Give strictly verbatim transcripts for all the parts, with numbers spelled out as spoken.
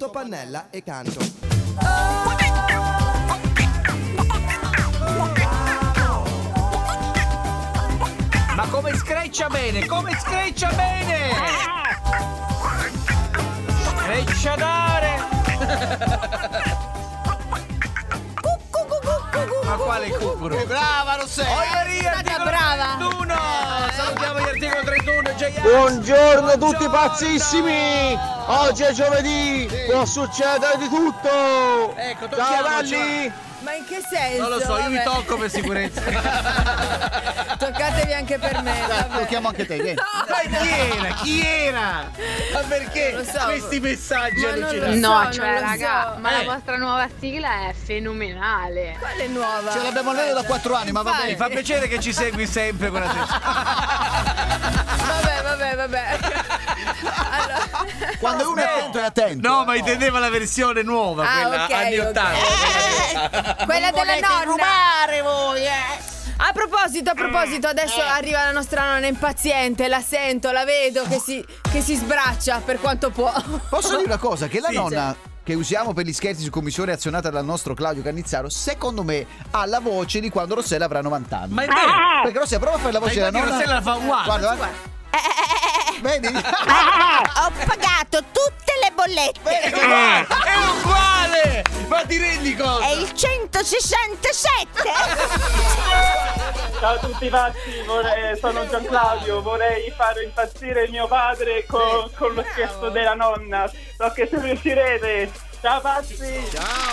Otto Pannella e Canto. Ma come screccia bene, come screccia bene! Screcciadare! Ma quale cucuro? Che brava, lo sei! Oieri, articolo brava. trentuno! Salutiamo gli articoli trentuno, J R. Buongiorno tutti pazzissimi! Oggi è giovedì, può succedere di tutto! Ecco, Ciao tocchiamoci. belli! Ma in che senso? Non lo so, io mi Vabbè. tocco per sicurezza. Toccatevi anche per me. Dai, vabbè. tocchiamo anche te, vieni. Ma chi era? Chi era? Ma perché Non lo so. questi messaggi Ma non lo allucinanti? so. No, non cioè lo raga, so. ma Eh. la vostra nuova sigla è fenomenale. Quale nuova? Ce l'abbiamo almeno da quattro anni, ma va Infatti. Mi fa piacere che ci segui sempre con attenzione. Vabbè, vabbè, vabbè. Allora. Quando uno è attento è attento. No, ma intendeva la versione nuova, Ah, quella ok, anni ok. ottanta. Quella della nonna. rubare voi, eh! A proposito, a proposito, adesso arriva la nostra nonna impaziente, la sento, la vedo che si, che si sbraccia per quanto può. Posso dire una cosa? Che la Sì, nonna che usiamo per gli scherzi su commissione azionata dal nostro Claudio Cannizzaro, secondo me ha la voce di quando Rossella avrà novanta anni. Ma è vero. Perché Rossella prova a fare la Ma voce della infatti nonna. Rossella la fa uguale. Guarda, guarda. Vedi? Ho pagato tutte le bollette. È uguale, è uguale! Ma ti rendi conto? È il centosessantasette. Ciao a tutti pazzi, vorrei- sono Gian Claudio, vorrei fare impazzire mio padre con, con lo scherzo della nonna. So che se riuscirete. Ciao pazzi!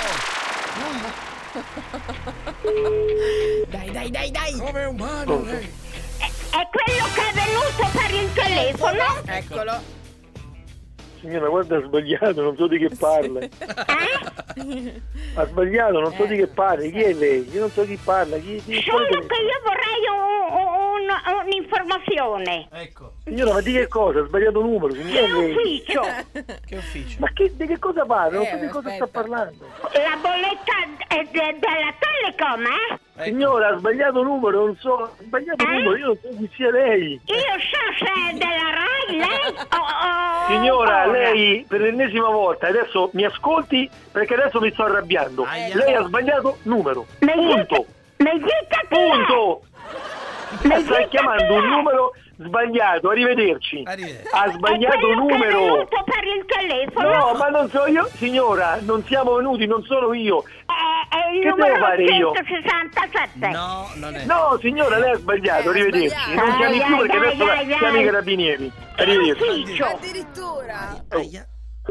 Dai, dai, dai, dai. Come umano lei. È quello che è venuto per il telefono? Eccolo. Signora, guarda, ha sbagliato, non so di che parla. Ha sbagliato, non so di che parla. Chi è lei? Io non so chi parla. Chi, chi, Solo che io vorrei un- un- un'informazione. Ecco, Signora, ma di che cosa? Ha sbagliato numero. Chi Che è lei? ufficio? che ufficio. Ma che, di che cosa parla? Non so Eh, di cosa aspetta. sta parlando. La bolletta è de- della Telecom, eh? Signora, ha sbagliato numero, non so. Ha sbagliato Eh? numero, io non so chi sia lei. Io so se è della Rai, lei o... o- Signora, cosa. lei per l'ennesima volta, adesso mi ascolti perché adesso mi sto arrabbiando. Aia. Lei ha sbagliato numero. Mi dica, Punto. mi dica chi è? Punto. Mi Stai dica chiamando chi un è? numero sbagliato, arrivederci. Arrivederci. Ha È sbagliato quello che è numero. venuto per il telefono? No, ma non so io. Signora, non siamo venuti, non sono io. È, è il Che numero devo fare io? centosessantasette. No, non è. No, signora, lei ha sbagliato, Eh, ha arrivederci. sbagliato. Non chiami Dai, più perché dai, adesso dai, la- chiami i dai. carabinieri. Arrivederci. Ufficio. Addirittura. Aia.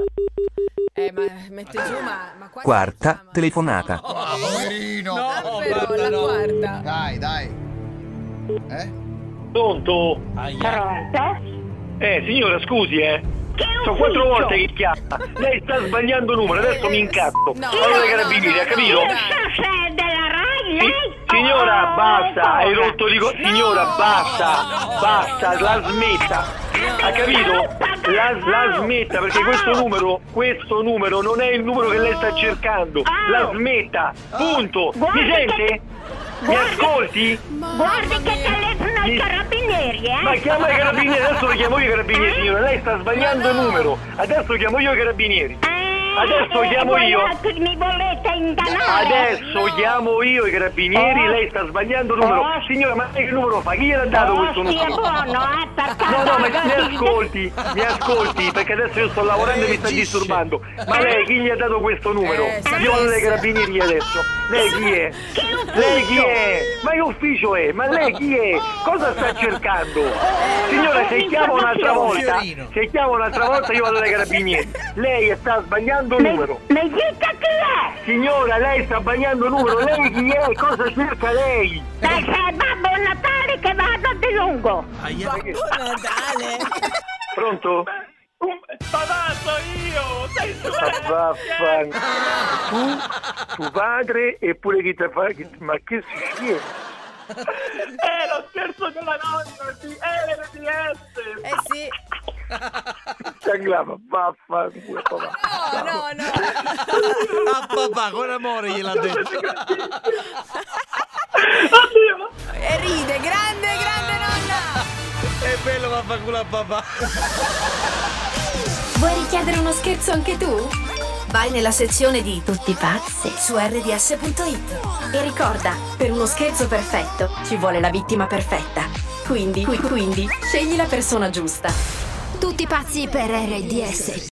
Eh, ma mette giù, ma, ma quasi Quarta facciamo? telefonata. Poverino. No, Davvero, guarda, la no. quarta. Dai, dai. Eh? Pronto? Aia. Pronto? Eh, signora, scusi, eh. Che Sono quattro ufficio? volte che chiama. Lei sta sbagliando numero, adesso mi incazzo. No, Allora no, i carabinieri, no, ha no, capito? Io no. so se è della Rai, lei Si- Signora, o- basta, hai cosa? rotto di co- Signora, basta, basta, la smetta. Ha capito? La, la smetta, perché questo numero, questo numero non è il numero che lei sta cercando. La smetta, punto. Mi Guardi sente? che- Mi guardi- ascolti? Guardi che telefono ai Mi- carabinieri, eh? Ma chiama i carabinieri, adesso lo chiamo io i carabinieri, signora. Lei sta sbagliando il numero. Adesso chiamo io i carabinieri. Eh, Adesso eh, chiamo voi io. altri mi volete ingannare? Adesso chiamo io i carabinieri, Oh. lei sta sbagliando il numero. Oh. Signora, ma lei che numero fa? Chi gliel'ha dato Oh, questo stia numero? buono, eh, perché... No, no, ma mi guardi- ascolti, mi ascolti, perché adesso io sto lavorando e mi sta Reagisce. disturbando. Ma lei chi gli ha dato questo numero? Eh, Io vado dai sapesse. carabinieri adesso. Lei chi è? Che ufficio? Lei chi è? Ma che ufficio è? Ma lei chi è? Cosa sta cercando? Signora, se chiama un'altra volta, Fiorino. se chiama un'altra volta io vado dai carabinieri. Lei sta sbagliando il Mi, numero. mi dica chi è? Signora, lei sta sbagliando il numero. Lei chi è? Cosa cerca lei? Dai, se è Babbo Natale che vado di lungo. Aia. Babbo Natale. Pronto? Un spavazzo io! Sei tu! Vaffan. Tu, tuo padre e pure chi ti fa. chi- Ma che si è? È lo scherzo della nonna di R D S! Eh sì. Sangrava, vaffa. No, no, no. A papà, con amore gliel'ha detto. Oddio! E ride, grande, grande nonna. È bello, vaffanculo a papà. Vuoi richiedere uno scherzo anche tu? vai nella sezione di Tutti pazzi su erre di esse punto it e ricorda, per uno scherzo perfetto ci vuole la vittima perfetta. Quindi, qui- quindi, scegli la persona giusta. Tutti pazzi per erre di esse.